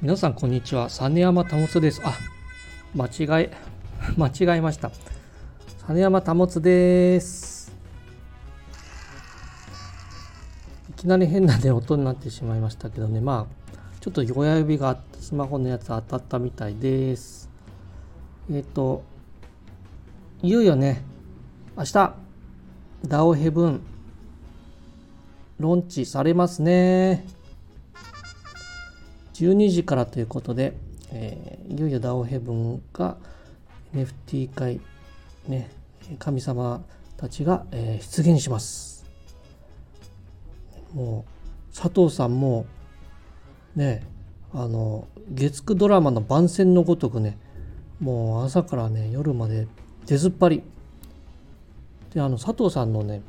皆さんこんにちは。実山保です。間違えました。実山保です。いきなり変な音になってしまいましたけどね。ちょっと親指がスマホのやつ当たったみたいです。いよいよね、明日ダオヘブンローンチされますね。12時からということで、いよいよダオヘブンが NFT 界ね、神様たちが、出現します。もう佐藤さんもね、月9ドラマの番宣のごとくね、もう朝からね夜まで出ずっぱりで、佐藤さんのね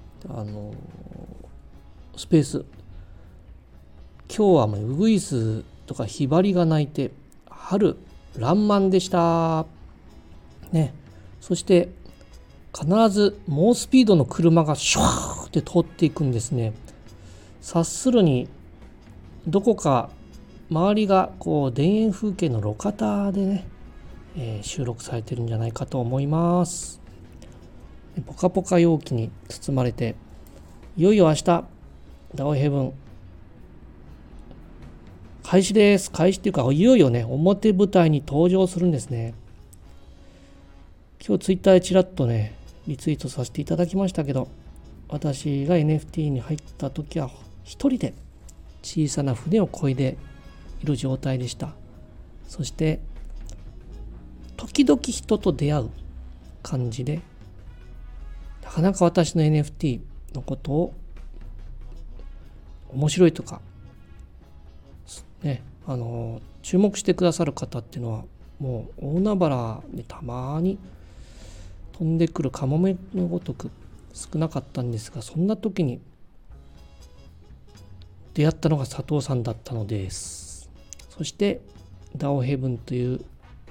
スペース、今日はもうウグイスとかヒバリが鳴いて春爛漫でしたね。そして必ず猛スピードの車がシュワーって通っていくんですね。察するにどこか周りがこう田園風景の路肩でね、収録されてるんじゃないかと思います。ポカポカ陽気に包まれて、いよいよ明日ダオヘブン開始です。開始っていうか、いよいよね表舞台に登場するんですね。今日ツイッターでちらっとねリツイートさせていただきましたけど、私が NFT に入った時は一人で小さな船を漕いでいる状態でした。そして時々人と出会う感じで、なかなか私の NFT のことを面白いとかね、注目してくださる方っていうのはもう大海原でたまに飛んでくるカモメのごとく少なかったんですが、そんな時に出会ったのが佐藤さんだったのです。そしてダオヘブンという、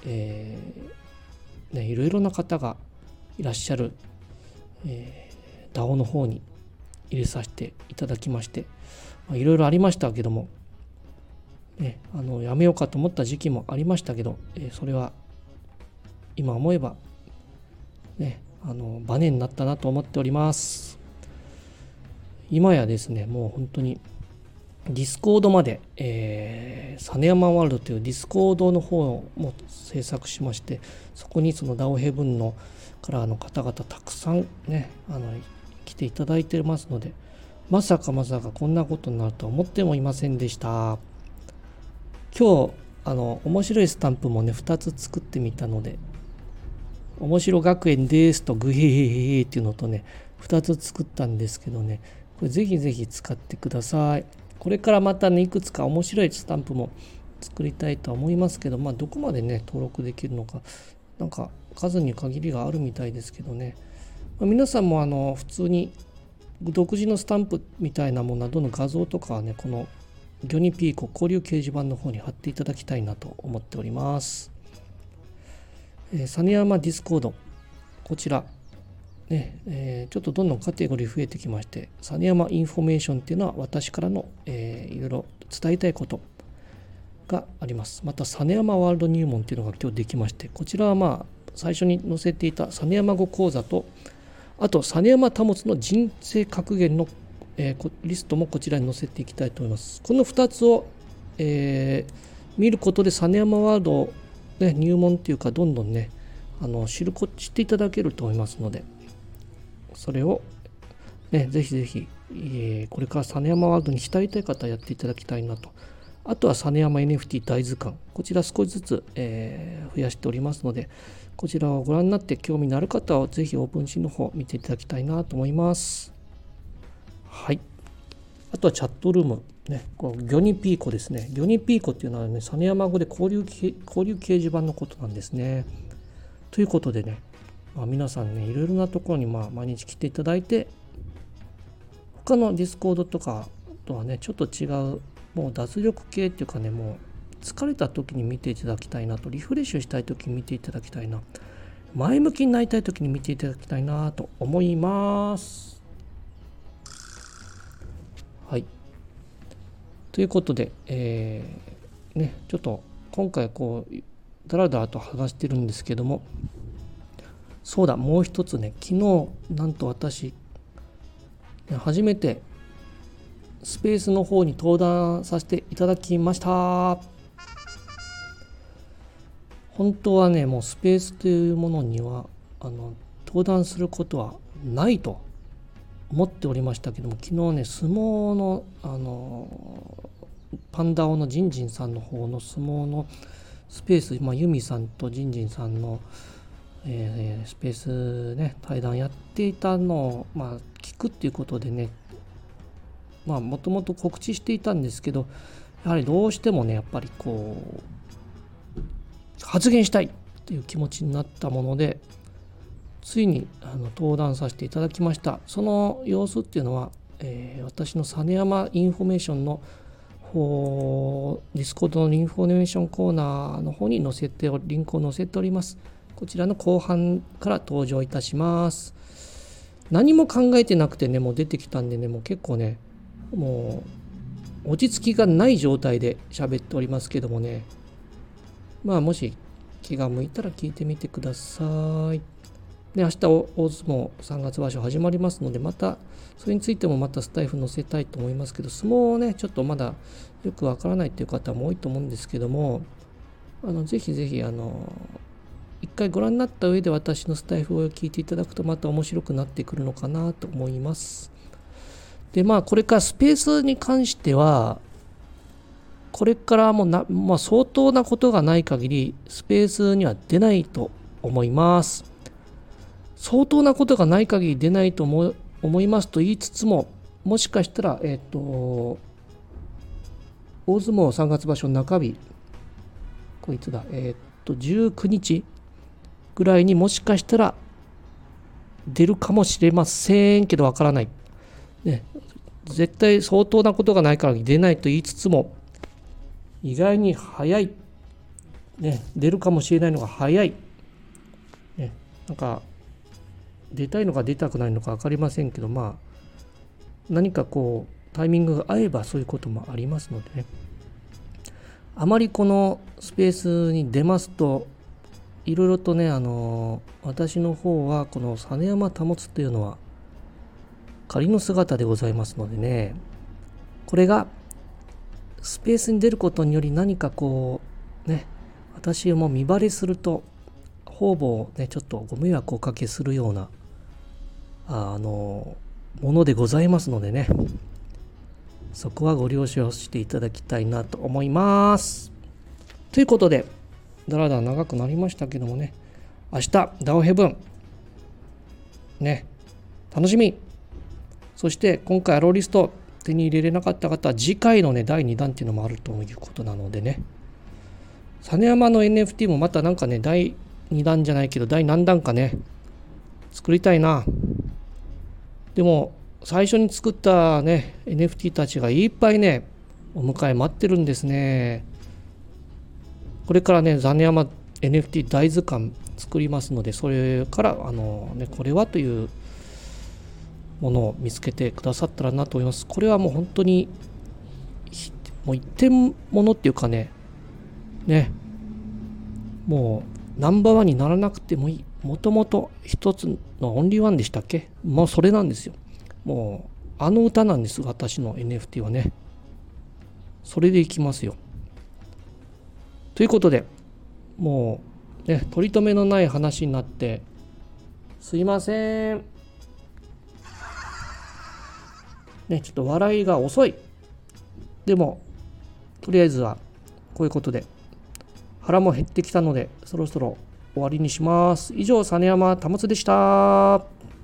いろいろな方がいらっしゃる、ダオの方に入れさせていただきまして、いろいろありましたけども、やめようかと思った時期もありましたけど、それは今思えばねバネになったなと思っております。今やですね、もう本当にディスコードまで、実山ワールドというディスコードの方も制作しまして、そこにそのダオヘブンのからの方々たくさんね来ていただいてますので、まさかこんなことになるとは思ってもいませんでした。今日面白いスタンプもね2つ作ってみたので、面白学園ですとグヘヘヘヘっていうのとね2つ作ったんですけどね、これぜひぜひ使ってください。これからまたねいくつか面白いスタンプも作りたいと思いますけど、どこまでね登録できるのか、なんか数に限りがあるみたいですけどね、皆さんも普通に独自のスタンプみたいなものなどの画像とかはね、このギョニピーコ交流掲示板の方に貼っていただきたいなと思っております。実山ディスコード、こちらね、ちょっとどんどんカテゴリー増えてきまして、実山インフォメーションっていうのは私からの、いろいろ伝えたいことがあります。また実山ワールド入門っていうのが今日できまして、こちらは最初に載せていた実山語講座と、あと実山保の人生格言の、リストもこちらに載せていきたいと思います。この2つを、見ることで実山ワールド、入門っていうかどんどんね知っていただけると思いますので、それを、ぜひぜひ、これから実山ワールドに浸りたい方はやっていただきたいなと。あとは実山 NFT 大図鑑、こちら少しずつ、増やしておりますので、こちらをご覧になって興味のある方はぜひオープンシーンの方見ていただきたいなと思います。はい。あとはチャットルームこのギョニピーコですね。ギョニピーコっていうのはね、実山語で交流掲示板のことなんですね。ということでね、皆さんねいろいろなところに毎日来ていただいて、他のディスコードとかとはねちょっと違う、もう脱力系っていうかね、もう疲れた時に見ていただきたいなと、リフレッシュしたい時に見ていただきたいな、前向きになりたい時に見ていただきたいなと思います。はい。ということで、ちょっと今回だらだらと話してるんですけども、そうだ、もう一つね、昨日なんと私初めてスペースの方に登壇させていただきました。本当はね、もうスペースというものには登壇することはないと思っておりましたけども、昨日ね、相撲のパンダオのジンジンさんの方の相撲のスペース、ユミさんとジンジンさんの、スペースね対談やっていたのを、聞くっていうことでね、もともと告知していたんですけど、やはりどうしてもね、やっぱり発言したいっていう気持ちになったもので、ついに登壇させていただきました。その様子っていうのは、私の実山インフォメーションの方、ディスコードのインフォメーションコーナーの方にリンクを載せております。こちらの後半から登場いたします。何も考えてなくてね、もう出てきたんでね、もう結構ね、もう落ち着きがない状態で喋っておりますけどもね、もし気が向いたら聞いてみてください。で、明日大相撲3月場所始まりますので、またそれについてもまたスタイフ載せたいと思いますけど、相撲をねちょっとまだよくわからないという方も多いと思うんですけども、ぜひぜひ一回ご覧になった上で私のスタイフを聞いていただくとまた面白くなってくるのかなと思います。で、これからスペースに関しては、これからも相当なことがない限りスペースには出ないと思います。相当なことがない限り出ないと思いますと言いつつも、もしかしたら、大相撲3月場所中日、こいつだ、19日ぐらいにもしかしたら出るかもしれませんけど、わからない、ね。絶対相当なことがないから出ないと言いつつも、意外に早い、ね、出るかもしれないのが早い、ね、なんか出たいのか出たくないのか分かりませんけど、何かタイミングが合えばそういうこともありますのでね、あまりこのスペースに出ますといろいろとね、私の方はこの実山保というのは仮の姿でございますのでね、これがスペースに出ることにより何か私も見バレすると方々ね、ちょっとご迷惑をおかけするようなものでございますのでね、そこはご了承していただきたいなと思います。ということで、だらだら長くなりましたけどもね、明日ダオヘブンね、楽しみ。そして今回アローリスト手に入れれなかった方は次回のね第2弾っていうのもあるということなのでね、実山の NFT もまたなんかね第2弾じゃないけど第何弾かね作りたいな。でも最初に作ったね NFT たちがいっぱいねお迎え待ってるんですね。これからね実山 NFT 大図鑑作りますので、それからこれはというものを見つけてくださったらなと思います。これはもう本当にもう一点ものっていうかね、もうナンバーワンにならなくてもいい、もともと一つのオンリーワンでしたっけ、もうそれなんですよ。もう歌なんです、私の NFT はね。それでいきますよ。ということで、もうね取り留めのない話になってすいませんね、ちょっと笑いが遅い。でもとりあえずはこういうことで腹も減ってきたので、そろそろ終わりにします。以上、実山保でした。